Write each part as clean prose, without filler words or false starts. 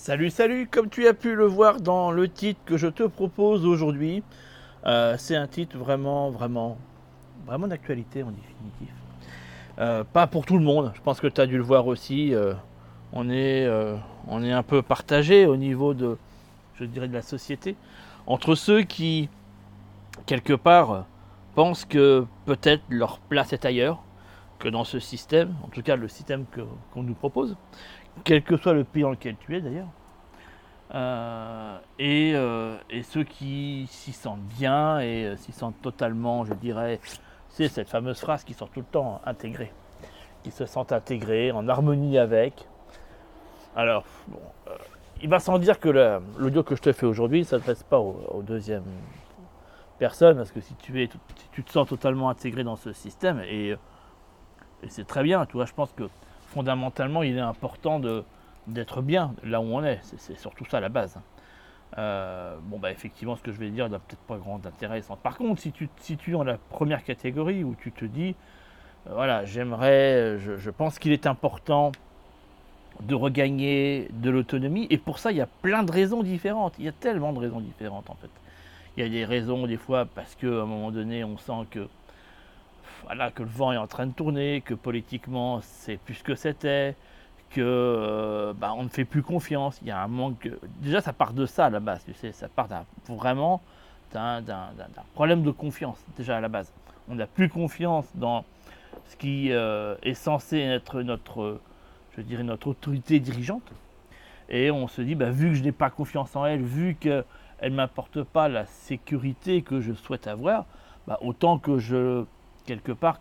Salut, salut, comme tu as pu le voir dans le titre que je te propose aujourd'hui, c'est un titre vraiment d'actualité en définitive. Pas pour tout le monde, je pense que tu as dû le voir aussi, on, est, euh, on est un peu partagé au niveau de, je dirais, de la société, entre ceux qui, quelque part, pensent que peut-être leur place est ailleurs que dans ce système, en tout cas le système qu'on nous propose, quel que soit le pays dans lequel tu es d'ailleurs. Et ceux qui s'y sentent bien et s'y sentent totalement, je dirais, c'est cette fameuse phrase qui sort tout le temps, intégrés, qui se sentent intégrés, en harmonie avec. Alors, bon, il va sans dire que l'audio que je te fais aujourd'hui ne s'adresse pas aux deuxième personne, parce que si tu te sens totalement intégré dans ce système, et c'est très bien, tu vois, je pense que fondamentalement, il est important d'être bien là où on est, c'est surtout ça la base. Bon, bah effectivement, ce que je vais dire n'a peut-être pas grand intérêt. Par contre, si tu te situes dans la première catégorie où tu te dis, voilà, je pense qu'il est important de regagner de l'autonomie, et pour ça, il y a plein de raisons différentes. Il y a tellement de raisons différentes en fait. Il y a des raisons des fois parce qu'à un moment donné, on sent que voilà, que le vent est en train de tourner, que politiquement c'est plus ce que c'était, que on ne fait plus confiance. Il y a un manque. Déjà, ça part de ça à la base, tu sais, ça part vraiment d'un problème de confiance déjà à la base. On n'a plus confiance dans ce qui est censé être je dirais, notre autorité dirigeante, et on se dit, vu que je n'ai pas confiance en elle, vu qu'elle ne m'apporte pas la sécurité que je souhaite avoir, autant que quelque part,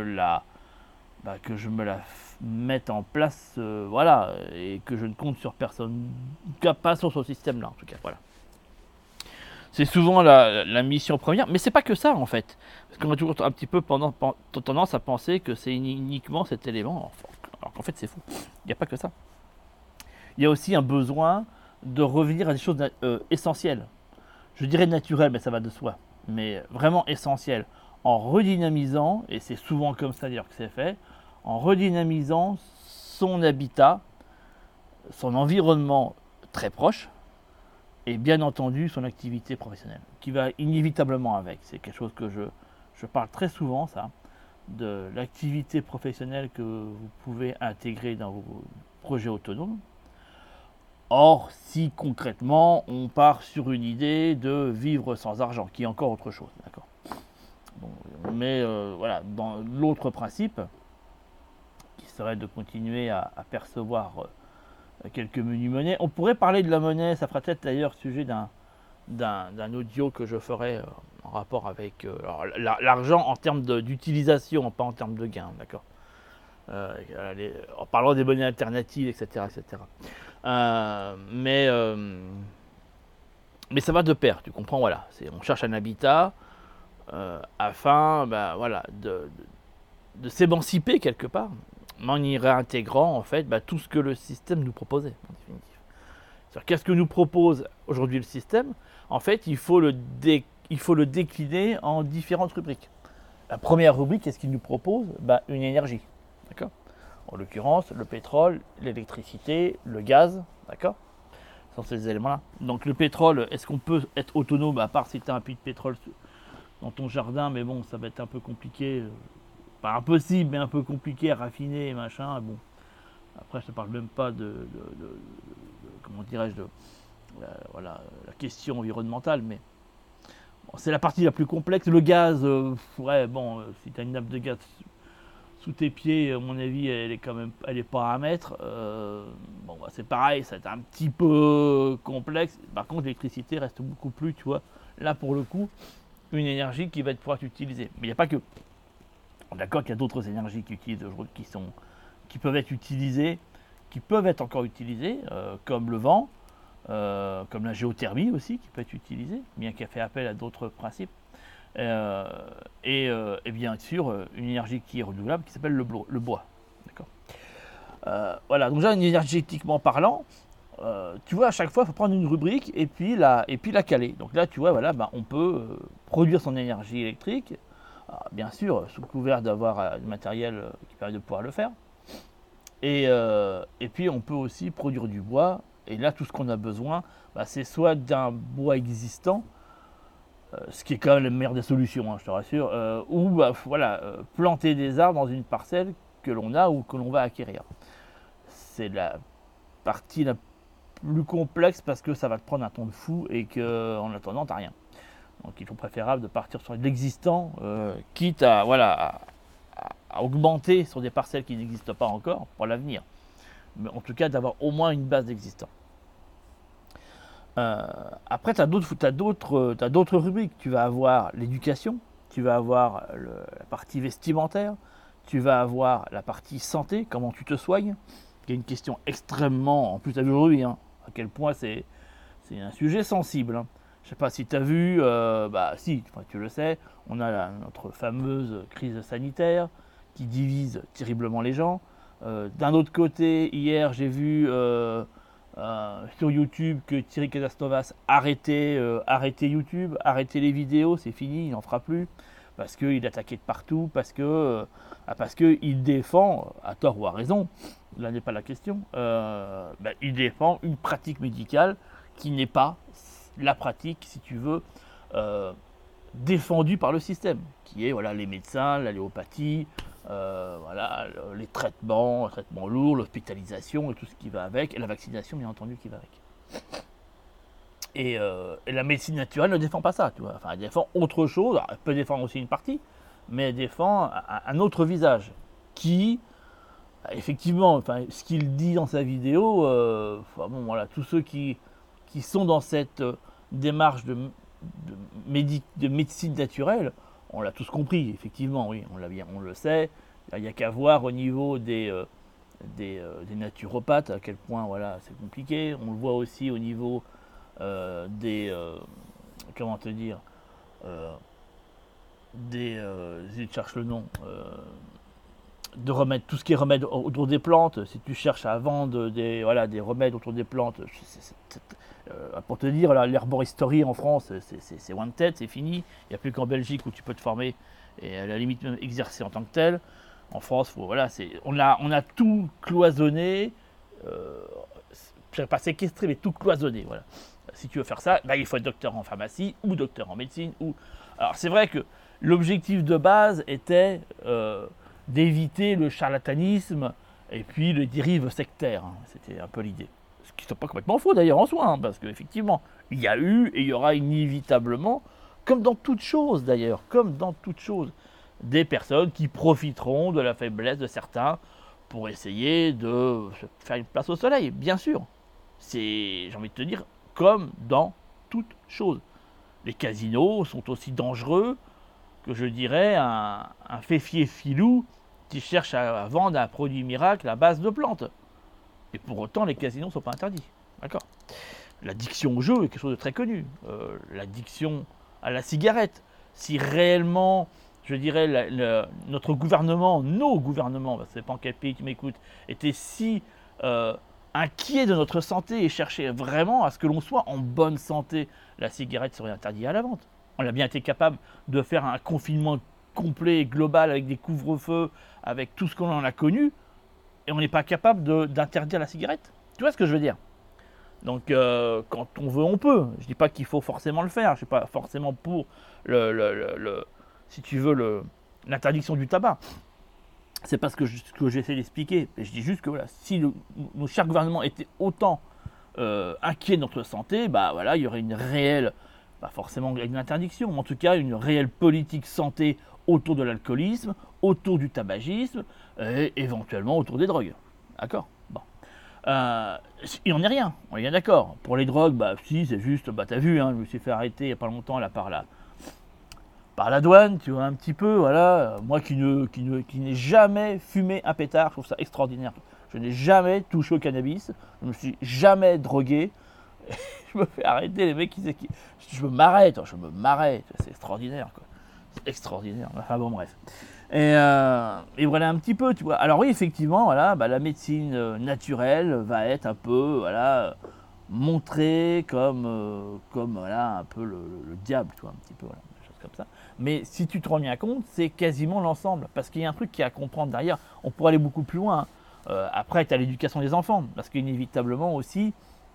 que je me la mette en place, voilà, et que je ne compte sur personne, pas sur ce système-là, en tout cas, voilà. C'est souvent la mission première, mais c'est pas que ça en fait. Parce qu'on a toujours un petit peu tendance à penser que c'est uniquement cet élément, alors qu'en fait c'est faux. Il n'y a pas que ça. Il y a aussi un besoin de revenir à des choses essentielles. Je dirais naturelles, mais ça va de soi, mais vraiment essentielles. En redynamisant, et c'est souvent comme ça d'ailleurs que c'est fait, en redynamisant son habitat, son environnement très proche, et bien entendu son activité professionnelle, qui va inévitablement avec. C'est quelque chose que je parle très souvent, ça, de l'activité professionnelle que vous pouvez intégrer dans vos projets autonomes. Or, si concrètement on part sur une idée de vivre sans argent, qui est encore autre chose, d'accord. Bon, mais voilà, dans l'autre principe, qui serait de continuer à percevoir quelques menus monnaies. On pourrait parler de la monnaie, ça fera peut-être d'ailleurs sujet d'un audio que je ferai en rapport avec l'argent en termes d'utilisation, pas en termes de gain, d'accord. En parlant des monnaies alternatives, etc. etc. Mais ça va de pair, tu comprends, voilà. On cherche un habitat afin voilà, de s'émanciper quelque part, mais en y réintégrant en fait tout ce que le système nous proposait en définitive. Qu'est-ce que nous propose aujourd'hui le système? En fait, il faut le décliner en différentes rubriques. La première rubrique, qu'est-ce qu'il nous propose? Une énergie, d'accord. En l'occurrence, le pétrole, l'électricité, le gaz, d'accord. Ce sont ces éléments-là. Donc le pétrole, est-ce qu'on peut être autonome, à part si tu as un puits de pétrole dans ton jardin, mais bon, ça va être un peu compliqué. Pas impossible, mais un peu compliqué à raffiner et machin. Bon, après, je ne parle même pas de comment dirais-je, voilà, la question environnementale, mais bon, c'est la partie la plus complexe. Le gaz, ouais, bon, si tu as une nappe de gaz sous tes pieds, à mon avis, elle est pas à 1 mètre. Bon, c'est pareil, c'est un petit peu complexe. Par contre, l'électricité reste beaucoup plus, tu vois, là pour le coup, une énergie qui va pouvoir être utilisée. Mais il n'y a pas que. D'accord qu'il y a d'autres énergies qui peuvent être utilisées, qui peuvent être encore utilisées, comme le vent, comme la géothermie aussi, qui peut être utilisée, bien qu'elle fait appel à d'autres principes. Et bien sûr, une énergie qui est renouvelable, qui s'appelle le bois. D'accord. Voilà, donc déjà, énergétiquement parlant, tu vois, à chaque fois, il faut prendre une rubrique et puis la caler. Donc là, tu vois, voilà, on peut produire son énergie électrique, bien sûr, sous couvert d'avoir du matériel qui permet de pouvoir le faire. Et puis, on peut aussi produire du bois Et là, tout ce qu'on a besoin, c'est soit d'un bois existant, ce qui est quand même la meilleure des solutions, hein, je te rassure, ou planter des arbres dans une parcelle que l'on a ou que l'on va acquérir. C'est la partie la plus complexe parce que ça va te prendre un temps de fou et qu'en attendant, tu n'as rien. Donc il faut préférable de partir sur l'existant, quitte à augmenter sur des parcelles qui n'existent pas encore pour l'avenir. Mais en tout cas, d'avoir au moins une base d'existant. Après, tu as d'autres rubriques. Tu vas avoir l'éducation, tu vas avoir la partie vestimentaire, tu vas avoir la partie santé, comment tu te soignes, qui est une question extrêmement, en plus aujourd'hui, hein, à quel point c'est un sujet sensible. Hein. Je ne sais pas si tu as vu, si, tu le sais, on a notre fameuse crise sanitaire qui divise terriblement les gens. D'un autre côté, hier, j'ai vu sur YouTube que Thierry Casasnovas arrêtait YouTube, arrêtait les vidéos, c'est fini, il n'en fera plus, parce qu'il est attaqué de partout, parce qu'il défend, à tort ou à raison, là n'est pas la question, il défend une pratique médicale qui n'est pas la pratique, si tu veux, défendue par le système, qui est les médecins, l'alléopathie, les traitements lourds, l'hospitalisation et tout ce qui va avec, et la vaccination bien entendu qui va avec. Et la médecine naturelle ne défend pas ça, tu vois. Enfin, elle défend autre chose. Alors, elle peut défendre aussi une partie, mais elle défend un autre visage qui, effectivement, ce qu'il dit dans sa vidéo, tous ceux qui sont dans cette démarche de médecine naturelle, on l'a tous compris, effectivement, oui, on le sait. Il n'y a qu'à voir au niveau des naturopathes à quel point c'est compliqué. On le voit aussi au niveau je cherche le nom, de remèdes, tout ce qui est remèdes autour des plantes. Si tu cherches à vendre des remèdes autour des plantes, pour te dire, l'herboristerie en France, c'est one tête, c'est fini. Il n'y a plus qu'en Belgique où tu peux te former et à la limite même exercer en tant que tel. En France, on a tout cloisonné, pas séquestré, mais tout cloisonné. Voilà. Si tu veux faire ça, il faut être docteur en pharmacie ou docteur en médecine. Alors c'est vrai que l'objectif de base était d'éviter le charlatanisme et puis les dérives sectaires. Hein. C'était un peu l'idée. Ce qui n'est pas complètement faux d'ailleurs en soi, hein, parce qu'effectivement, il y a eu et il y aura inévitablement, comme dans toute chose d'ailleurs, des personnes qui profiteront de la faiblesse de certains pour essayer de se faire une place au soleil, bien sûr. C'est, j'ai envie de te dire, comme dans toute chose. Les casinos sont aussi dangereux que, je dirais, un féfier filou qui cherche à vendre un produit miracle à base de plantes. Et pour autant, les casinos ne sont pas interdits. D'accord ? L'addiction au jeu est quelque chose de très connu. L'addiction à la cigarette. Si réellement, je dirais, nos gouvernements, ça dépend quel pays tu m'écoutes, étaient si inquiets de notre santé et cherchaient vraiment à ce que l'on soit en bonne santé, la cigarette serait interdite à la vente. On a bien été capable de faire un confinement complet et global avec des couvre-feux, avec tout ce qu'on en a connu, et on n'est pas capable d'interdire la cigarette. Tu vois ce que je veux dire ? Donc, quand on veut, on peut. Je ne dis pas qu'il faut forcément le faire. Je ne suis pas forcément pour l'interdiction du tabac. C'est pas ce que j'essaie d'expliquer. Et je dis juste que si nos chers gouvernements étaient autant inquiets de notre santé, il y aurait une réelle, pas forcément une interdiction, mais en tout cas une réelle politique santé autour de l'alcoolisme, autour du tabagisme, et éventuellement autour des drogues. D'accord ? Bon. Il n'en est rien, on est bien d'accord. Pour les drogues, si, c'est juste, t'as vu, hein, je me suis fait arrêter il n'y a pas longtemps là, par la douane, tu vois, un petit peu, voilà. Moi qui n'ai jamais fumé un pétard, je trouve ça extraordinaire. Je n'ai jamais touché au cannabis, je ne me suis jamais drogué. Je me fais arrêter, les mecs, je me marrais, c'est extraordinaire, quoi. C'est extraordinaire, enfin bon, bref. Et voilà un petit peu, tu vois. Alors oui, effectivement, la médecine naturelle va être un peu, montrée comme un peu le diable, tu vois, un petit peu, des choses comme ça. Mais si tu te rends bien compte, c'est quasiment l'ensemble, parce qu'il y a un truc qui est à comprendre derrière. On pourrait aller beaucoup plus loin. Après, tu as l'éducation des enfants, parce qu'inévitablement aussi,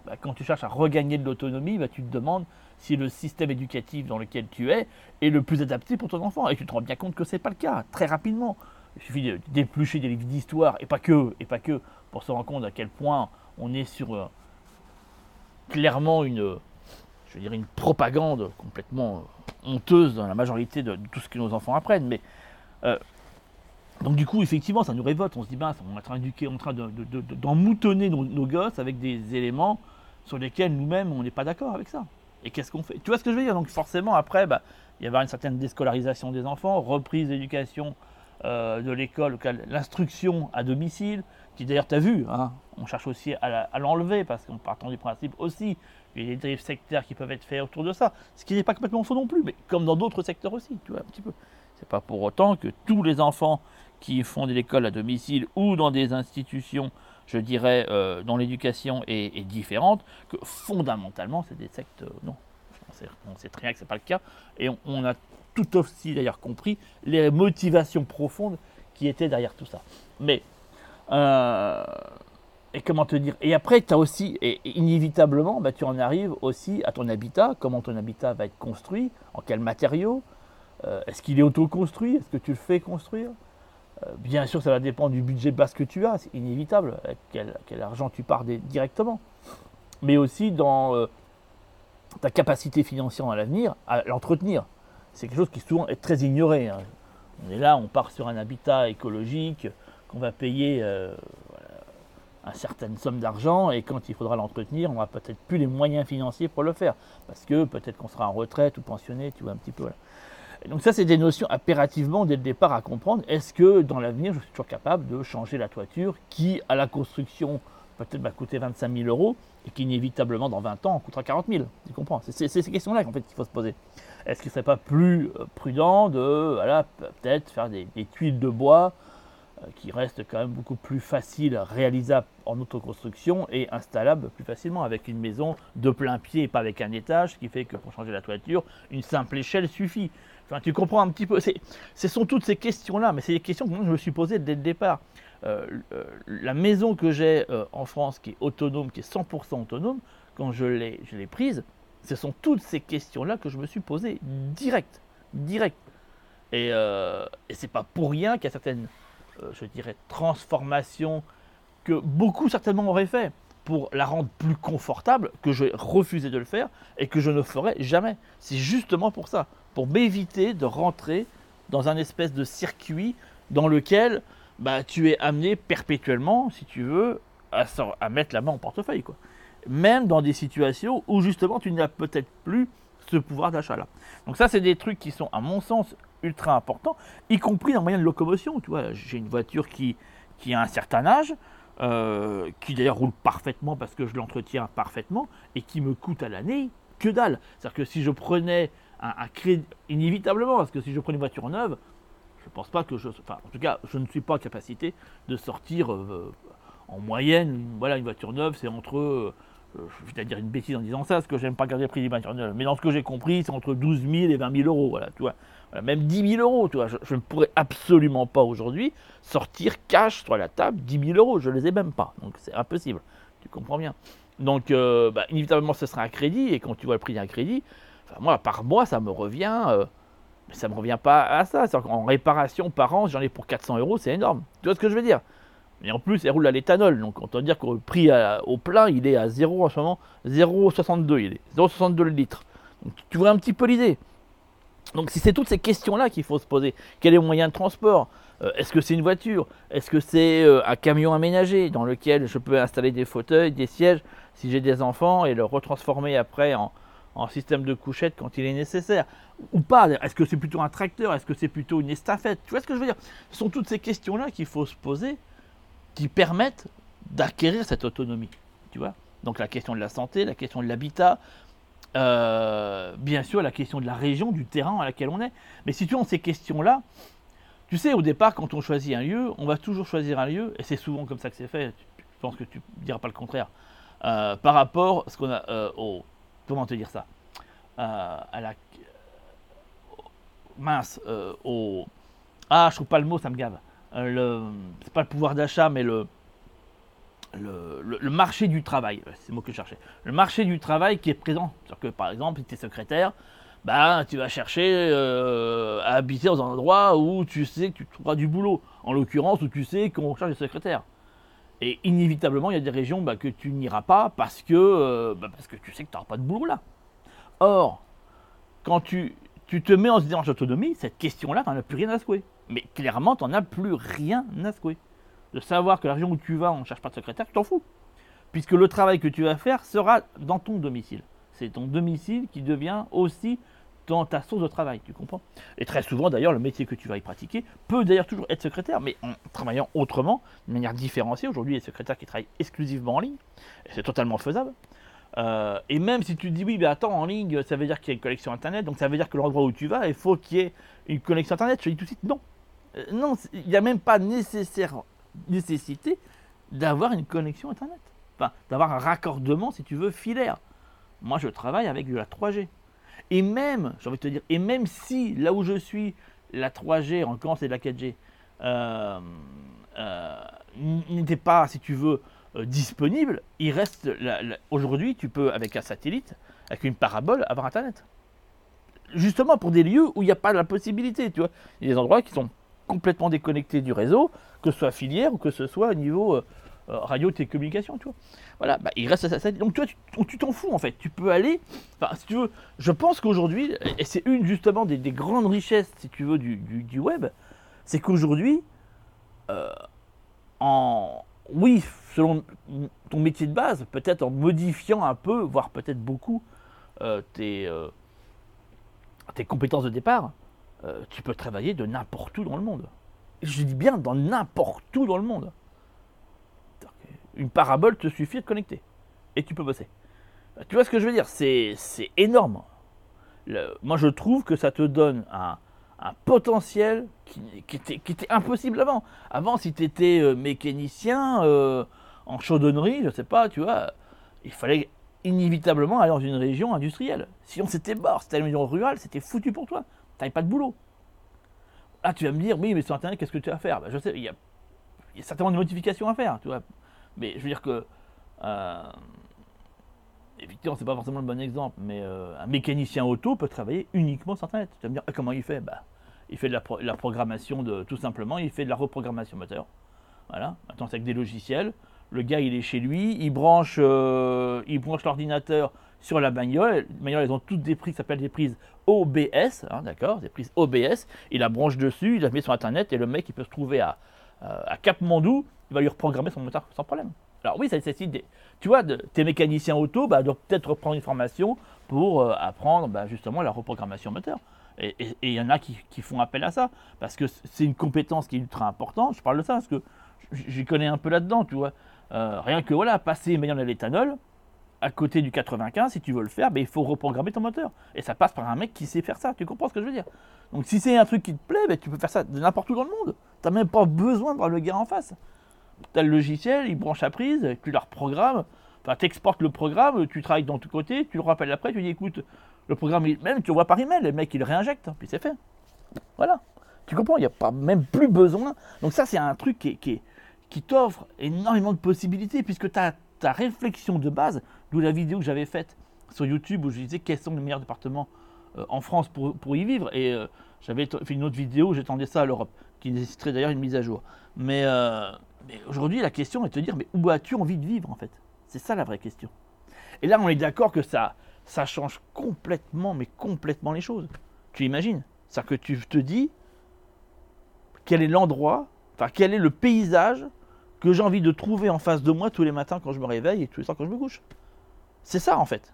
quand tu cherches à regagner de l'autonomie, tu te demandes si le système éducatif dans lequel tu es le plus adapté pour ton enfant. Et tu te rends bien compte que ce n'est pas le cas, très rapidement. Il suffit d'éplucher des livres d'histoire, et pas que, pour se rendre compte à quel point on est sur clairement une propagande complètement honteuse dans la majorité de tout ce que nos enfants apprennent. Mais donc du coup, effectivement, ça nous révolte. On se dit, on est en train d'éduquer, en train d'en moutonner nos gosses avec des éléments sur lesquels nous-mêmes, on n'est pas d'accord avec ça. Et qu'est-ce qu'on fait? Tu vois ce que je veux dire? Donc forcément, après, il y avoir une certaine déscolarisation des enfants, reprise d'éducation de l'école, l'instruction à domicile, qui d'ailleurs, tu as vu, on cherche aussi à l'enlever, parce qu'on partant du principe aussi qu'il y a des dérives sectaires qui peuvent être faites autour de ça, ce qui n'est pas complètement faux non plus, mais comme dans d'autres secteurs aussi, tu vois, un petit peu. C'est pas pour autant que tous les enfants qui font de l'école à domicile ou dans des institutions, je dirais, dont l'éducation est différente, que fondamentalement, c'est des sectes. Non, on sait très bien que ce n'est pas le cas. Et on a tout aussi d'ailleurs compris les motivations profondes qui étaient derrière tout ça. Mais, et comment te dire? Et après, tu as aussi, et inévitablement, tu en arrives aussi à ton habitat, comment ton habitat va être construit, en quels matériaux, est-ce qu'il est auto-construit, est-ce que tu le fais construire? Bien sûr, ça va dépendre du budget de base que tu as, c'est inévitable, avec quel argent tu pars directement. Mais aussi dans ta capacité financière à l'avenir, à l'entretenir. C'est quelque chose qui souvent est très ignoré. On est là, on part sur un habitat écologique, qu'on va payer une certaine somme d'argent, et quand il faudra l'entretenir, on n'aura peut-être plus les moyens financiers pour le faire. Parce que peut-être qu'on sera en retraite ou pensionné, tu vois, un petit peu. Voilà. Donc ça, c'est des notions impérativement dès le départ à comprendre. Est-ce que dans l'avenir, je suis toujours capable de changer la toiture qui, à la construction, peut-être va coûter 25 000 euros et qui, inévitablement, dans 20 ans, en coûtera 40 000. Tu comprends? C'est ces questions-là en fait, qu'il faut se poser. Est-ce qu'il ne serait pas plus prudent de peut-être faire des tuiles de bois qui restent quand même beaucoup plus faciles, réalisables en autoconstruction et installables plus facilement avec une maison de plein pied et pas avec un étage, ce qui fait que pour changer la toiture, une simple échelle suffit. Enfin, tu comprends un petit peu. Ce sont toutes ces questions-là, mais c'est des questions que moi je me suis posées dès le départ. La maison que j'ai en France, qui est autonome, qui est 100% autonome, quand je l'ai prise, ce sont toutes ces questions-là que je me suis posées direct. Et c'est pas pour rien qu'il y a certaines, je dirais, transformations que beaucoup certainement auraient fait pour la rendre plus confortable, que j'ai refusé de le faire et que je ne ferai jamais. C'est justement pour ça, pour m'éviter de rentrer dans un espèce de circuit dans lequel tu es amené perpétuellement, si tu veux, à mettre la main au portefeuille, quoi. Même dans des situations où justement tu n'as peut-être plus ce pouvoir d'achat-là. Donc ça, c'est des trucs qui sont, à mon sens, ultra importants, y compris dans le moyen de locomotion. Tu vois, j'ai une voiture qui a un certain âge, qui d'ailleurs roule parfaitement parce que je l'entretiens parfaitement, et qui me coûte à l'année que dalle. C'est-à-dire que si je prenais un crédit, inévitablement, parce que si je prenais une voiture neuve, je ne pense pas que en tout cas, je ne suis pas en capacité de sortir en moyenne, une voiture neuve, c'est entre, je vais dire une bêtise en disant ça, parce que j'aime pas garder le prix des voitures neuves, mais dans ce que j'ai compris, c'est entre 12 000 et 20 000 euros, voilà, tu vois. Voilà, même 10 000 euros, tu vois, je ne pourrais absolument pas aujourd'hui sortir cash sur la table 10 000 euros, je ne les ai même pas, donc c'est impossible, tu comprends bien. Donc, inévitablement, ce sera un crédit, et quand tu vois le prix d'un crédit, moi, par mois, ça me revient, mais ça ne me revient pas à ça. En réparation par an, j'en ai pour 400 euros, c'est énorme. Tu vois ce que je veux dire? Et en plus, elle roule à l'éthanol, donc on peut dire que le prix au plein, il est à 0 en ce moment, 0,62, il est 0,62 le litre. Donc tu vois un petit peu l'idée. Donc si c'est toutes ces questions-là qu'il faut se poser, quel est le moyen de transport? Est-ce que c'est une voiture? Est-ce que c'est un camion aménagé dans lequel je peux installer des fauteuils, des sièges, si j'ai des enfants, et le retransformer après en système de couchette quand il est nécessaire? Ou pas? Est-ce que c'est plutôt un tracteur? Est-ce que c'est plutôt une estafette? Tu vois ce que je veux dire? Ce sont toutes ces questions-là qu'il faut se poser, qui permettent d'acquérir cette autonomie. Tu vois? Donc la question de la santé, la question de l'habitat, bien sûr la question de la région, du terrain à laquelle on est. Mais si tu as ces questions-là, tu sais, au départ, quand on choisit un lieu, on va toujours choisir un lieu, et c'est souvent comme ça que c'est fait, je pense que tu ne diras pas le contraire, par rapport à ce qu'on a comment te dire ça, à la mince, je trouve pas le mot, ça me gave. C'est pas le pouvoir d'achat, mais le marché du travail, c'est le mot que je cherchais, le marché du travail qui est présent. C'est-à-dire que par exemple, si tu es secrétaire, tu vas chercher à habiter dans un endroit où tu sais que tu trouveras du boulot. En l'occurrence, où tu sais qu'on cherche des secrétaires. Et inévitablement, il y a des régions que tu n'iras pas parce que tu sais que tu n'auras pas de boulot là. Or, quand tu te mets en démarche d'autonomie, cette question-là, tu n'en as plus rien à secouer. Mais clairement, tu n'en as plus rien à secouer. De savoir que la région où tu vas, on ne cherche pas de secrétaire, tu t'en fous. Puisque le travail que tu vas faire sera dans ton domicile. C'est ton domicile qui devient aussi dans ta source de travail, tu comprends? Et très souvent, d'ailleurs, le métier que tu vas y pratiquer peut d'ailleurs toujours être secrétaire, mais en travaillant autrement, de manière différenciée. Aujourd'hui, il y a des secrétaires qui travaillent exclusivement en ligne, et c'est totalement faisable. Et même si tu te dis, oui, mais attends, en ligne, ça veut dire qu'il y a une connexion Internet, donc ça veut dire que l'endroit où tu vas, il faut qu'il y ait une connexion Internet. Je te dis tout de suite, non. Non, il n'y a même pas nécessité d'avoir une connexion Internet. Enfin, d'avoir un raccordement, si tu veux, filaire. Moi, je travaille avec de la 3G. Et même, j'ai envie de te dire, et même si là où je suis, la 3G, en l'occurrence c'est de la 4G, n'était pas, si tu veux, disponible, il reste, aujourd'hui, tu peux, avec un satellite, avec une parabole, avoir Internet. Justement pour des lieux où il n'y a pas la possibilité, tu vois. Il y a des endroits qui sont complètement déconnectés du réseau, que ce soit filière ou que ce soit au niveau radio, télécommunication, tu vois. Voilà, il reste ça. Donc toi, tu t'en fous en fait. Tu peux aller, si tu veux, je pense qu'aujourd'hui, et c'est une justement des grandes richesses, si tu veux, du web, c'est qu'aujourd'hui, oui, selon ton métier de base, peut-être en modifiant un peu, voire peut-être beaucoup, tes compétences de départ, tu peux travailler de n'importe où dans le monde. Je dis bien dans n'importe où dans le monde. Une parabole te suffit de connecter. Et tu peux bosser. Tu vois ce que je veux dire? C'est énorme. Moi, je trouve que ça te donne un potentiel qui était impossible avant. Avant, si tu étais mécanicien en chaudonnerie, je sais pas, tu vois, il fallait inévitablement aller dans une région industrielle. Sinon, c'était mort. C'était une région rurale, c'était foutu pour toi. Tu n'avais pas de boulot. Là, tu vas me dire, oui, mais sur Internet, qu'est-ce que tu vas faire? Je sais, il y a certainement des modifications à faire, tu vois. Mais je veux dire que, évidemment, c'est pas forcément le bon exemple, mais un mécanicien auto peut travailler uniquement sur Internet. Tu vas me dire, comment il fait? Il fait de la programmation, tout simplement, il fait de la reprogrammation moteur. Voilà, maintenant c'est avec des logiciels. Le gars, il est chez lui, il branche l'ordinateur sur la bagnole. Les bagnoles, elles ont toutes des prises qui s'appellent des prises OBS, hein, d'accord, des prises OBS. Il la branche dessus, il la met sur Internet et le mec, il peut se trouver à Cap-Mandou, il va lui reprogrammer son moteur sans problème. Alors oui, ça nécessite tu vois, t'es mécanicien auto, doivent peut-être reprendre une formation pour apprendre justement la reprogrammation moteur. Et il y en a qui font appel à ça, parce que c'est une compétence qui est ultra importante. Je parle de ça parce que j'y connais un peu là-dedans, tu vois. Rien que passer une bagnole à l'éthanol, à côté du 95, si tu veux le faire, il faut reprogrammer ton moteur. Et ça passe par un mec qui sait faire ça, tu comprends ce que je veux dire? Donc si c'est un truc qui te plaît, tu peux faire ça de n'importe où dans le monde. Tu n'as même pas besoin de voir le gars en face. Tu as le logiciel, il branche la prise, tu la reprogrammes, tu exportes le programme, tu travailles dans tout côté, tu le rappelles après, tu dis écoute, le programme, même tu le vois par email, le mec il le réinjecte, puis c'est fait. Voilà. Tu comprends, il n'y a pas même plus besoin. Donc ça c'est un truc qui t'offre énormément de possibilités, puisque ta réflexion de base, d'où la vidéo que j'avais faite sur YouTube où je disais quels sont les meilleurs départements en France pour y vivre, et j'avais fait une autre vidéo où j'étendais ça à l'Europe, qui nécessiterait d'ailleurs une mise à jour. Mais aujourd'hui, la question est de te dire, mais où as-tu envie de vivre en fait? C'est ça la vraie question. Et là, on est d'accord que ça change complètement, mais complètement les choses. Tu imagines? C'est-à-dire que tu te dis, quel est l'endroit, quel est le paysage que j'ai envie de trouver en face de moi tous les matins quand je me réveille et tous les soirs quand je me couche. C'est ça en fait.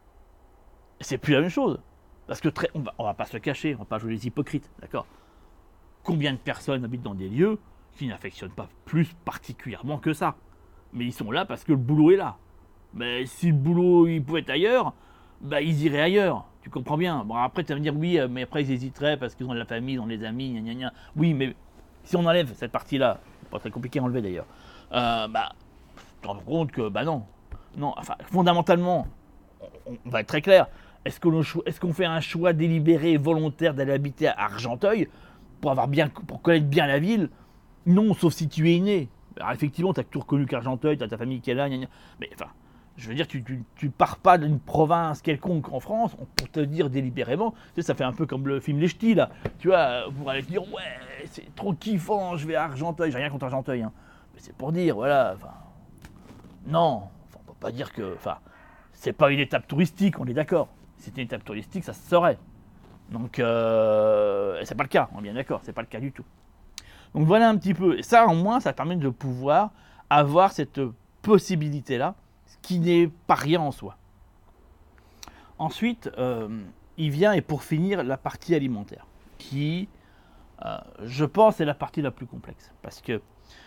Et c'est plus la même chose. Parce que on va pas se cacher, on va pas jouer les hypocrites, d'accord? Combien de personnes habitent dans des lieux qui n'affectionnent pas plus particulièrement que ça? Mais ils sont là parce que le boulot est là. Mais si le boulot il pouvait être ailleurs, ils iraient ailleurs. Tu comprends bien? Bon, après tu vas me dire oui, mais après ils hésiteraient parce qu'ils ont de la famille, ils ont des amis, gna gna gna. Oui, mais si on enlève cette partie-là, pas très compliqué à enlever d'ailleurs, tu te rends compte que non. Non, fondamentalement, on va être très clair. Est-ce qu'on fait un choix délibéré et volontaire d'aller habiter à Argenteuil pour connaître bien la ville? Non, sauf si tu es né. Alors, effectivement, tu as toujours connu qu'Argenteuil, tu as ta famille qui est là, gna gna. Mais enfin, je veux dire, tu pars pas d'une province quelconque en France pour te dire délibérément, tu sais, ça fait un peu comme le film Les Ch'tis, là, tu vois, pour aller te dire, ouais, c'est trop kiffant, je vais à Argenteuil, j'ai rien contre Argenteuil, hein. Mais c'est pour dire, voilà, enfin, non, enfin, on peut pas dire que, enfin, c'est pas une étape touristique, on est d'accord. Si c'était une étape touristique, ça se saurait. Donc, c'est pas le cas, on est bien d'accord, c'est pas le cas du tout. Donc voilà un petit peu, et ça au moins ça permet de pouvoir avoir cette possibilité-là, ce qui n'est pas rien en soi. Ensuite, il vient, et pour finir, la partie alimentaire, qui, je pense, est la partie la plus complexe. Parce que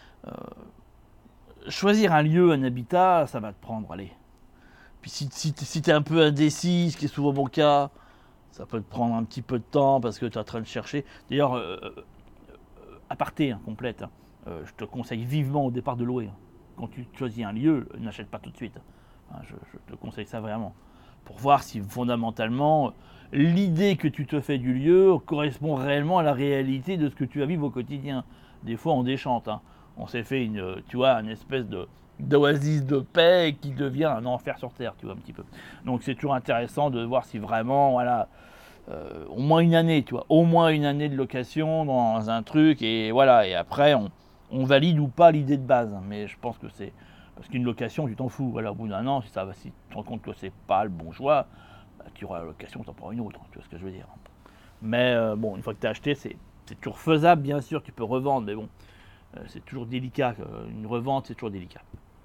choisir un lieu, un habitat, ça va te prendre, allez. Puis si tu es un peu indécis, ce qui est souvent mon cas, ça peut te prendre un petit peu de temps parce que tu es en train de chercher. D'ailleurs, aparté, complète, je te conseille vivement au départ de louer. Quand tu choisis un lieu, n'achète pas tout de suite. Je te conseille ça vraiment. Pour voir si fondamentalement, l'idée que tu te fais du lieu correspond réellement à la réalité de ce que tu vas vivre au quotidien. Des fois, on déchante. On s'est fait une espèce d'oasis de paix qui devient un enfer sur terre, tu vois, un petit peu. Donc c'est toujours intéressant de voir si vraiment, voilà, au moins une année, tu vois, au moins une année de location dans un truc, et voilà, et après on valide ou pas l'idée de base. Mais je pense que c'est parce qu'une location, tu t'en fous. Voilà, au bout d'un an, si tu te rends compte que c'est pas le bon choix, bah, tu auras la location, tu en prends une autre, tu vois ce que je veux dire. Mais bon, une fois que tu as acheté, c'est toujours faisable, bien sûr, tu peux revendre, mais bon, c'est toujours délicat. Une revente, c'est toujours délicat.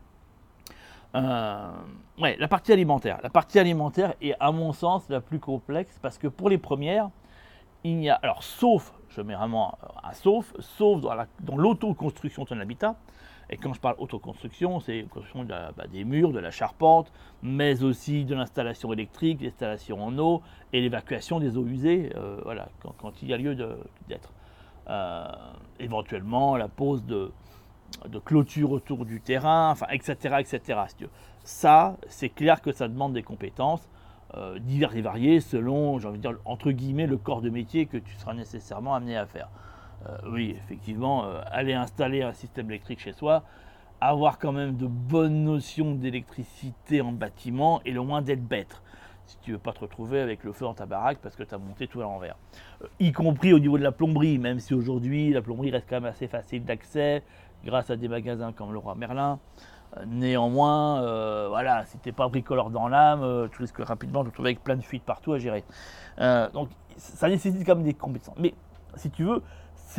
Ouais, la partie alimentaire. La partie alimentaire est, à mon sens, la plus complexe parce que pour les premières, il n'y a, alors sauf, je mets vraiment un sauf dans l'autoconstruction de ton habitat. Et quand je parle autoconstruction, c'est la construction des murs, de la charpente, mais aussi de l'installation électrique, l'installation en eau et l'évacuation des eaux usées, voilà, quand il y a lieu d'être. Éventuellement, la pose de clôture autour du terrain, enfin, etc., etc. Ça, c'est clair que ça demande des compétences diverses et variées selon, j'ai envie de dire, entre guillemets, le corps de métier que tu seras nécessairement amené à faire. Oui, effectivement, aller installer un système électrique chez soi, avoir quand même de bonnes notions d'électricité en bâtiment et le moins d'être bête. Si tu ne veux pas te retrouver avec le feu dans ta baraque parce que tu as monté tout à l'envers. Y compris au niveau de la plomberie, même si aujourd'hui la plomberie reste quand même assez facile d'accès grâce à des magasins comme Leroy Merlin. Néanmoins, voilà, si tu n'es pas bricoleur dans l'âme, tu risques rapidement de te retrouver avec plein de fuites partout à gérer. Donc ça nécessite quand même des compétences. Mais si tu veux,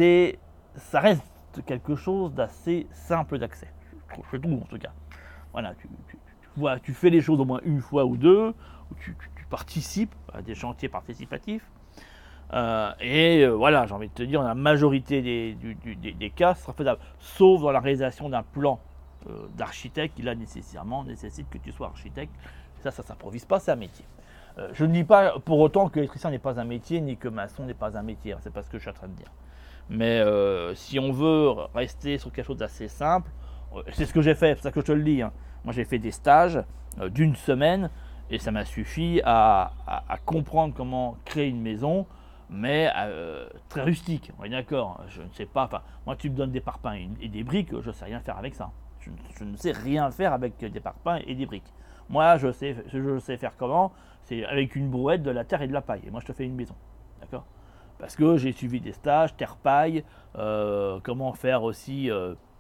ça reste quelque chose d'assez simple d'accès. Je trouve en tout cas. Voilà, tu fais les choses au moins une fois ou deux, où tu participes à des chantiers participatifs. Voilà, j'ai envie de te dire, dans la majorité des cas, ce sera faisable. Sauf dans la réalisation d'un plan d'architecte qui là nécessairement nécessite que tu sois architecte. Ça s'improvise pas, c'est un métier. Je ne dis pas pour autant que l'électricien n'est pas un métier, ni que maçon n'est pas un métier. C'est pas ce que je suis en train de dire. Mais si on veut rester sur quelque chose d'assez simple, c'est ce que j'ai fait, c'est ça que je te le dis. Moi j'ai fait des stages d'une semaine et ça m'a suffi à comprendre comment créer une maison, mais très rustique, on est d'accord. Je ne sais pas, enfin, moi tu me donnes des parpaings et des briques, je ne sais rien faire avec ça. Je ne sais rien faire avec des parpaings et des briques. Moi je sais faire comment, c'est avec une brouette, de la terre et de la paille. Et moi je te fais une maison, d'accord ? Parce que j'ai suivi des stages, terre-paille, comment faire aussi,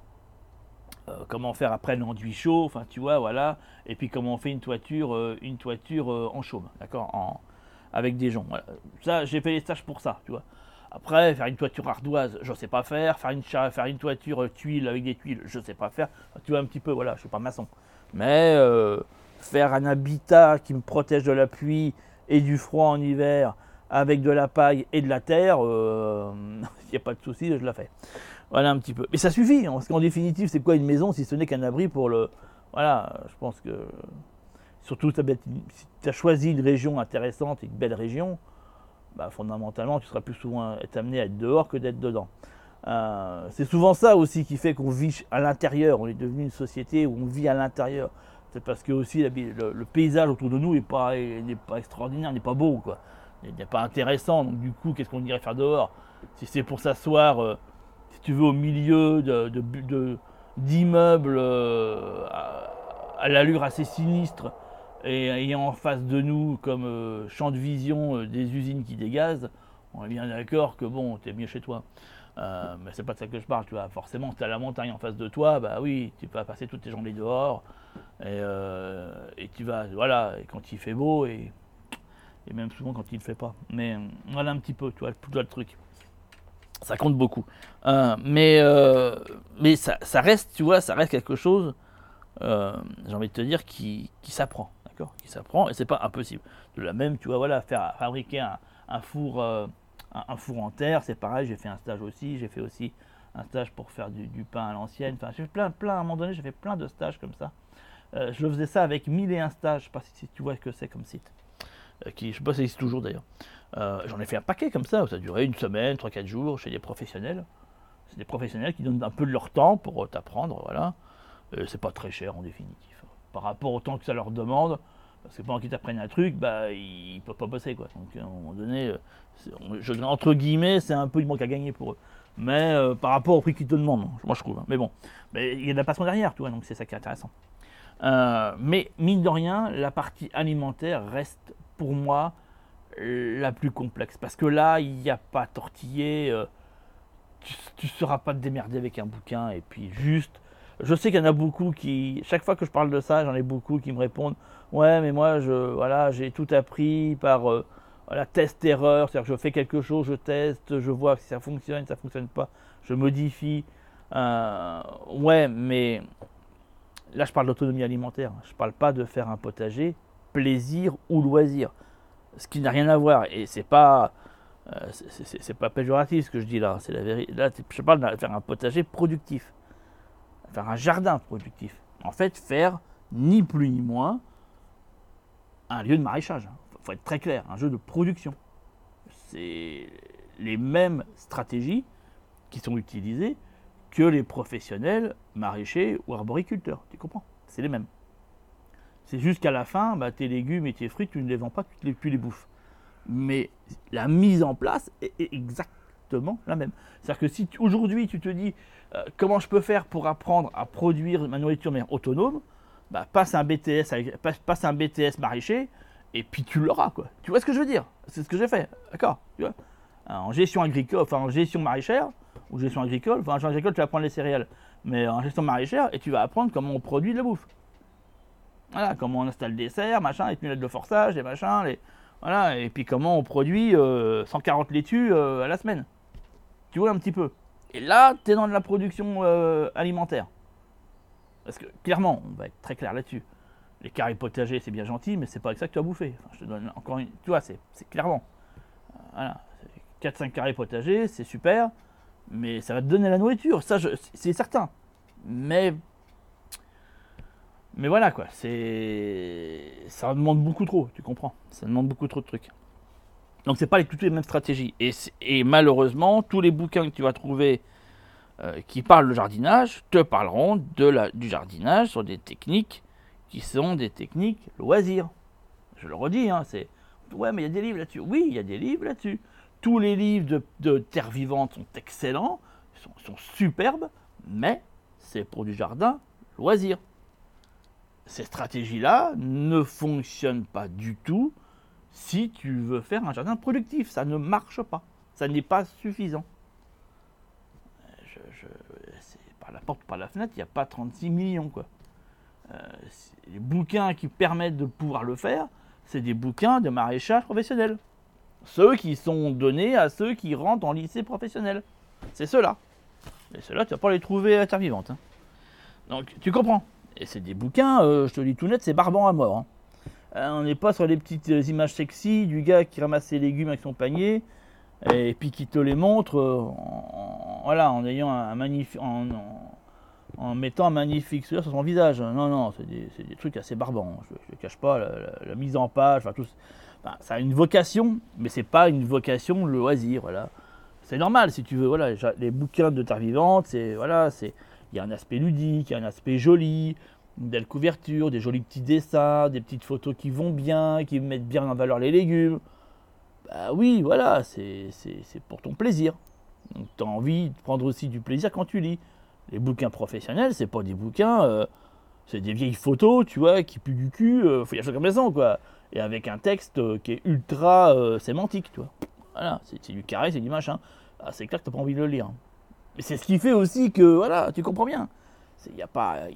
comment faire après l'enduit chaud, enfin tu vois, voilà, et puis comment on fait une toiture en chaume, d'accord, avec des joncs. Voilà. Ça, j'ai fait les stages pour ça, tu vois. Après, faire une toiture ardoise, je ne sais pas faire. Faire une toiture tuile avec des tuiles, je ne sais pas faire. Tu vois un petit peu, voilà, je ne suis pas maçon. Mais faire un habitat qui me protège de la pluie et du froid en hiver, avec de la paille et de la terre, il n'y a pas de souci, je la fais. Voilà un petit peu. Mais ça suffit, parce qu'en définitive, c'est quoi une maison si ce n'est qu'un abri pour le... Voilà, je pense que... Surtout si tu as choisi une région intéressante et une belle région, bah, fondamentalement, tu seras plus souvent amené à être dehors que d'être dedans. C'est souvent ça aussi qui fait qu'on vit à l'intérieur. On est devenu une société où on vit à l'intérieur. C'est parce que aussi le paysage autour de nous n'est pas extraordinaire, n'est pas beau, quoi. Il n'est pas intéressant. Donc du coup, qu'est-ce qu'on irait faire dehors ? Si c'est pour s'asseoir, si tu veux, au milieu d'immeubles à l'allure assez sinistre et ayant en face de nous comme champ de vision des usines qui dégazent, on est bien d'accord que bon, t'es mieux chez toi. Mais c'est pas de ça que je parle, tu vois. Forcément, si t'as la montagne en face de toi, bah oui, tu vas passer toutes tes journées dehors et tu vas, voilà, et quand il fait beau et même souvent quand il ne fait pas. Mais voilà un petit peu, tu vois le truc. Ça compte beaucoup. Mais ça reste, tu vois, ça reste quelque chose, j'ai envie de te dire, qui s'apprend, d'accord, qui s'apprend, et c'est pas impossible. De la même, tu vois, voilà, fabriquer un four en terre, c'est pareil. J'ai fait un stage aussi, j'ai fait aussi un stage pour faire du pain à l'ancienne. Enfin, j'ai fait plein, à un moment donné, j'ai fait plein de stages comme ça. Je faisais ça avec 1001 stages, je sais pas si tu vois ce que c'est comme site. Je sais pas si ça existe toujours d'ailleurs. J'en ai fait un paquet comme ça, où ça durait une semaine, 3-4 jours, chez des professionnels. C'est des professionnels qui donnent un peu de leur temps pour t'apprendre, voilà. C'est pas très cher en définitive. Par rapport au temps que ça leur demande, parce que pendant qu'ils t'apprennent un truc, bah, ils peuvent pas bosser, quoi. Donc à un moment donné, entre guillemets, c'est un peu du manque à gagner pour eux. Mais par rapport au prix qu'ils te demandent, moi je trouve. Mais bon, il y a de la passion derrière, tu vois, donc c'est ça qui est intéressant. Mais mine de rien, la partie alimentaire reste pour moi la plus complexe. Parce que là, il n'y a pas à tortiller, tu ne sauras pas te démerder avec un bouquin. Et puis juste, je sais qu'il y en a beaucoup qui, chaque fois que je parle de ça, j'en ai beaucoup qui me répondent « Ouais, mais moi, voilà, j'ai tout appris par voilà, test-erreur. C'est-à-dire que je fais quelque chose, je teste, je vois si ça fonctionne pas, je modifie. Ouais, mais là, je parle d'autonomie alimentaire. Je ne parle pas de faire un potager plaisir ou loisir. Ce qui n'a rien à voir. Et c'est pas péjoratif ce que je dis là. C'est la vérité. Là, je parle de faire un potager productif. Faire un jardin productif. En fait, faire ni plus ni moins un lieu de maraîchage. Il faut être très clair. Un jeu de production. C'est les mêmes stratégies qui sont utilisées que les professionnels maraîchers ou arboriculteurs. Tu comprends? C'est les mêmes. C'est juste qu'à la fin, bah, tes légumes et tes fruits, tu ne les vends pas, tu les bouffes. Mais la mise en place est exactement la même. C'est-à-dire que si aujourd'hui tu te dis comment je peux faire pour apprendre à produire ma nourriture de manière autonome, bah, passe un BTS maraîcher et puis tu l'auras, quoi. Tu vois ce que je veux dire? C'est ce que j'ai fait, d'accord? Tu vois, en gestion agricole, enfin en gestion maraîchère ou gestion agricole, enfin en gestion agricole tu vas apprendre les céréales, mais en gestion maraîchère et tu vas apprendre comment on produit de la bouffe. Voilà, comment on installe des serres, machin, les tunnels de forçage, les machins, voilà, et puis comment on produit 140 laitues à la semaine. Tu vois un petit peu. Et là, tu es dans de la production alimentaire. Parce que clairement, on va être très clair là-dessus. Les carrés potagers, c'est bien gentil, mais c'est pas avec ça que tu vas bouffer. Enfin, je te donne encore une. Tu vois, c'est clairement. Voilà, 4-5 carrés potagers, c'est super, mais ça va te donner la nourriture, ça c'est certain. Mais voilà quoi, ça demande beaucoup trop, tu comprends. Ça demande beaucoup trop de trucs. Donc c'est pas toutes les mêmes stratégies. Et malheureusement, tous les bouquins que tu vas trouver qui parlent de jardinage te parleront du jardinage sur des techniques qui sont des techniques loisirs. Je le redis, hein, ouais, mais il y a des livres là-dessus. Oui, il y a des livres là-dessus. Tous les livres de terre vivante sont excellents, sont superbes, mais c'est pour du jardin loisir. Ces stratégies-là ne fonctionnent pas du tout si tu veux faire un jardin productif. Ça ne marche pas. Ça n'est pas suffisant. C'est par la porte ou par la fenêtre, il n'y a pas 36 millions, quoi. Les bouquins qui permettent de pouvoir le faire, c'est des bouquins de maraîchage professionnel. Ceux qui sont donnés à ceux qui rentrent en lycée professionnel. C'est ceux-là. Et ceux-là, tu ne vas pas les trouver à terre vivante. Hein. Donc, tu comprends. Et c'est des bouquins, je te le dis tout net, c'est barbant à mort. Hein. On n'est pas sur les petites images sexy du gars qui ramasse ses légumes avec son panier et puis qui te les montre en ayant en mettant un magnifique sourire sur son visage. Non, c'est des trucs assez barbants. Je ne le cache pas, la mise en page, ça a une vocation, mais c'est pas une vocation loisir. Voilà. C'est normal si tu veux. Voilà, les bouquins de terre vivante, il y a un aspect ludique, il y a un aspect joli, une belle couverture, des jolis petits dessins, des petites photos qui vont bien, qui mettent bien en valeur les légumes. Bah oui, voilà, c'est pour ton plaisir. Donc tu as envie de prendre aussi du plaisir quand tu lis. Les bouquins professionnels, c'est pas des bouquins, c'est des vieilles photos, tu vois, qui puent du cul, faut y acheter comme ça, quoi. Et avec un texte qui est ultra sémantique, tu vois. Voilà, c'est du carré, c'est du machin. Ah, c'est clair que t'as pas envie de le lire. Mais c'est ce qui fait aussi que, voilà, tu comprends bien. Il n'y a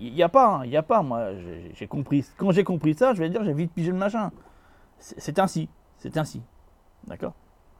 pas, moi, j'ai compris. Quand j'ai compris ça, je vais dire, j'ai vite pigé le machin. C'est ainsi, d'accord?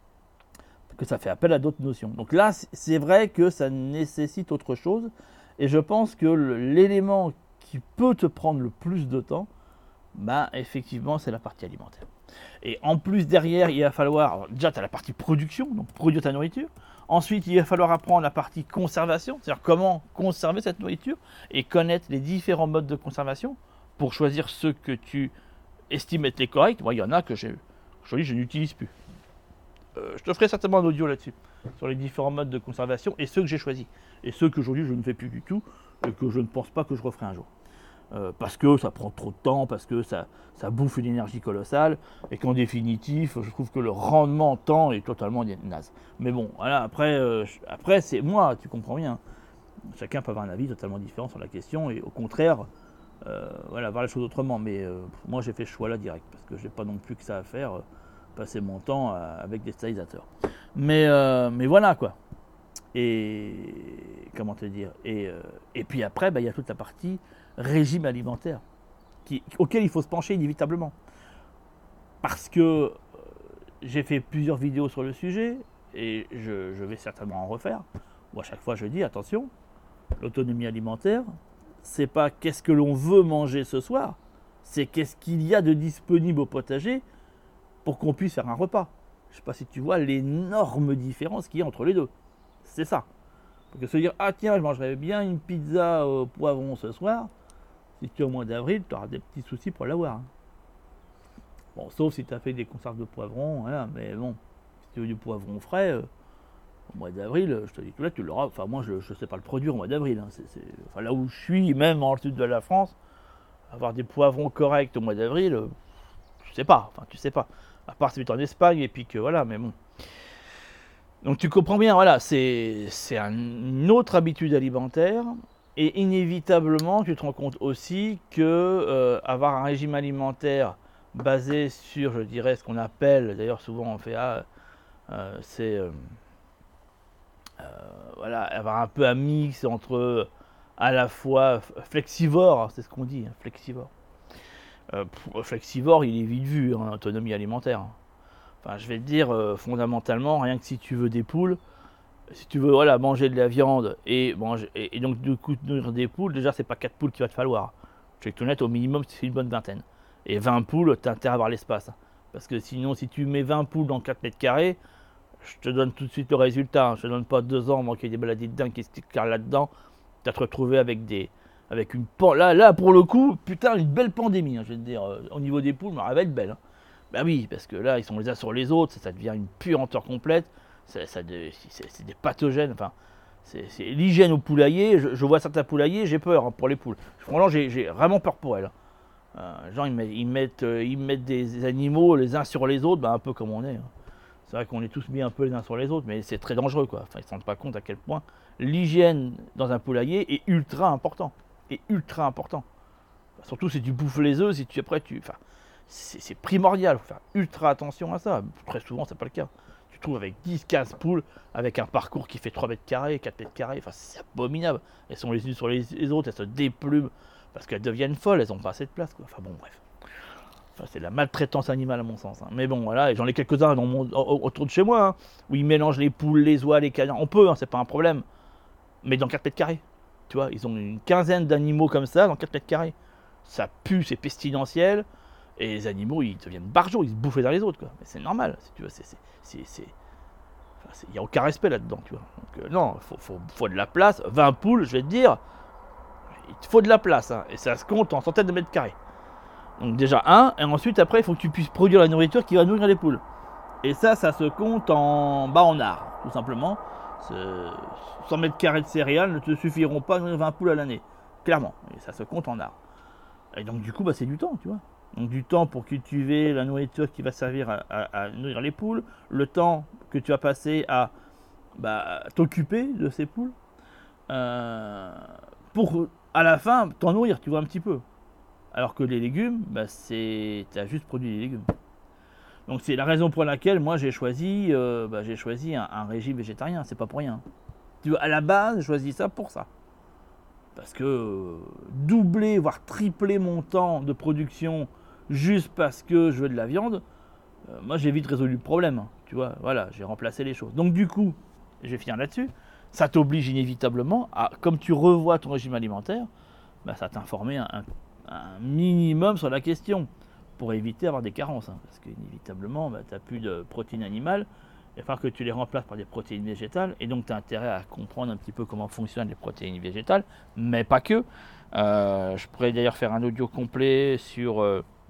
Que ça fait appel à d'autres notions. Donc là, c'est vrai que ça nécessite autre chose. Et je pense que l'élément qui peut te prendre le plus de temps, bah, effectivement, c'est la partie alimentaire. Et en plus, derrière, il va falloir, alors, déjà, tu as la partie production, donc produire ta nourriture. Ensuite, il va falloir apprendre la partie conservation, c'est-à-dire comment conserver cette nourriture et connaître les différents modes de conservation pour choisir ceux que tu estimes être les corrects. Moi, il y en a que je n'utilise plus. Je te ferai certainement un audio là-dessus, sur les différents modes de conservation et ceux que j'ai choisis. Et ceux qu'aujourd'hui je ne fais plus du tout et que je ne pense pas que je referai un jour. Parce que ça prend trop de temps, parce que ça bouffe une énergie colossale, et qu'en définitive, je trouve que le rendement en temps est totalement naze. Mais bon, voilà, après c'est moi, tu comprends bien. Chacun peut avoir un avis totalement différent sur la question, et au contraire, voilà, voir les choses autrement. Mais moi j'ai fait ce choix-là direct, parce que je n'ai pas non plus que ça à faire, passer mon temps avec des stérilisateurs. Mais voilà quoi. Et comment te dire, et puis après, il y a toute la partie régime alimentaire auquel il faut se pencher inévitablement. Parce que j'ai fait plusieurs vidéos sur le sujet et je vais certainement en refaire. Où à chaque fois je dis attention, l'autonomie alimentaire, c'est pas qu'est-ce que l'on veut manger ce soir, c'est qu'est-ce qu'il y a de disponible au potager pour qu'on puisse faire un repas. Je ne sais pas si tu vois l'énorme différence qu'il y a entre les deux. C'est ça. Parce que se dire, ah tiens, je mangerais bien une pizza au poivron ce soir, si tu es au mois d'avril, tu auras des petits soucis pour l'avoir. Bon, sauf si tu as fait des conserves de poivron, voilà, mais bon, si tu veux du poivron frais, au mois d'avril, je te dis que là, tu l'auras. Enfin, moi, je ne sais pas le produire au mois d'avril. Hein. Enfin, là où je suis, même dans le sud de la France, avoir des poivrons corrects au mois d'avril, je sais pas. Enfin, tu sais pas. À part si tu es en Espagne, et puis que voilà, mais bon. Donc tu comprends bien, voilà, c'est une autre habitude alimentaire. Et inévitablement, tu te rends compte aussi que avoir un régime alimentaire basé sur, je dirais, ce qu'on appelle, d'ailleurs souvent on fait, c'est voilà, avoir un peu un mix entre à la fois flexivore, c'est ce qu'on dit, hein, flexivore. Flexivore, il est vite vu, hein, autonomie alimentaire. Enfin, je vais te dire, fondamentalement, rien que si tu veux des poules, si tu veux voilà, manger de la viande et donc du coup nourrir des poules, déjà c'est pas 4 poules qu'il va te falloir. Je vais être honnête, au minimum c'est une bonne vingtaine. Et 20 poules, tu as intérêt à avoir l'espace. Hein. Parce que sinon, si tu mets 20 poules dans 4 mètres carrés, je te donne tout de suite le résultat. Hein. Je te donne pas 2 ans, moi qui ai des maladies de dingue qui se carrent là-dedans. Tu vas te retrouver avec une là pour le coup, putain, une belle pandémie, hein, je vais te dire. Au niveau des poules, elle va être belle. Hein. Ben oui, parce que là, ils sont les uns sur les autres, ça devient une puanteur complète. C'est des pathogènes. Enfin, c'est l'hygiène au poulailler. Je vois certains poulaillers, j'ai peur hein, pour les poules. Franchement, j'ai vraiment peur pour elles. Genre, ils mettent des animaux les uns sur les autres, un peu comme on est. Hein. C'est vrai qu'on est tous mis un peu les uns sur les autres, mais c'est très dangereux, quoi. Enfin, ils ne se rendent pas compte à quel point l'hygiène dans un poulailler est ultra important. Surtout si tu bouffes les œufs, c'est primordial. Il faut faire ultra attention à ça. Très souvent, c'est pas le cas. Tu trouves avec 10-15 poules, avec un parcours qui fait 3 mètres carrés, 4 mètres carrés. Enfin, c'est abominable. Elles sont les unes sur les autres, elles se déplument parce qu'elles deviennent folles, elles n'ont pas assez de place, quoi. Enfin bon, bref. Enfin, c'est de la maltraitance animale à mon sens. Hein. Mais bon, voilà, et j'en ai quelques-uns autour de chez moi, hein, où ils mélangent les poules, les oies, les canards. On peut, hein, c'est pas un problème. Mais dans 4 mètres carrés. Tu vois, ils ont une quinzaine d'animaux comme ça dans 4 mètres carrés. Ça pue, c'est pestilentiel. Et les animaux, ils deviennent barjots, ils se bouffent les uns les autres, quoi. Mais c'est normal, si tu vois, il n'y a aucun respect là-dedans, tu vois. Donc, non, faut de la place. 20 poules, je vais te dire, il te faut de la place, hein, et ça se compte en centaines de mètres carrés. Donc déjà et ensuite après, il faut que tu puisses produire la nourriture qui va nourrir les poules. Et ça se compte en art, tout simplement. 100 mètres carrés de céréales ne te suffiront pas à nourrir 20 poules à l'année, clairement. Et ça se compte en art. Et donc du coup, c'est du temps, tu vois. Donc du temps pour cultiver la nourriture qui va servir à nourrir les poules, le temps que tu as passé à t'occuper de ces poules, pour à la fin t'en nourrir, tu vois, un petit peu. Alors que les légumes, bah, tu as juste produit les légumes. Donc c'est la raison pour laquelle moi j'ai choisi un régime végétarien, c'est pas pour rien. Tu vois, à la base, j'ai choisi ça pour ça. Parce que doubler, voire tripler mon temps de production juste parce que je veux de la viande, moi j'ai vite résolu le problème. Tu vois, voilà, j'ai remplacé les choses. Donc du coup, je vais finir là-dessus, ça t'oblige inévitablement à, comme tu revois ton régime alimentaire, bah, ça t'informer un minimum sur la question pour éviter d'avoir des carences. Parce qu'inévitablement, bah, tu n'as plus de protéines animales, il va falloir que tu les remplaces par des protéines végétales, et donc tu as intérêt à comprendre un petit peu comment fonctionnent les protéines végétales, mais pas que. Je pourrais d'ailleurs faire un audio complet sur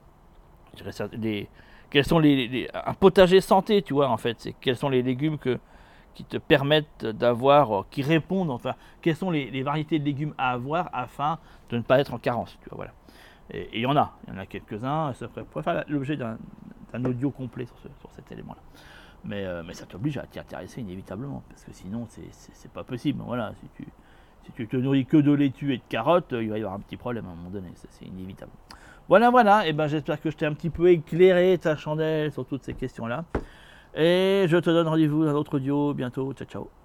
quels sont un potager santé, tu vois, en fait. C'est quels sont les légumes qui te permettent d'avoir, qui répondent, enfin, quelles sont les variétés de légumes à avoir afin de ne pas être en carence, tu vois, voilà. Et il y en a quelques-uns, ça pourrait faire l'objet d'un audio complet sur cet élément-là. Mais ça t'oblige à t'y intéresser inévitablement, parce que sinon c'est pas possible. Voilà, si tu te nourris que de laitue et de carottes, il va y avoir un petit problème à un moment donné, c'est inévitable. Voilà, et ben j'espère que je t'ai un petit peu éclairé ta chandelle sur toutes ces questions-là. Et je te donne rendez-vous dans un autre audio bientôt. Ciao, ciao.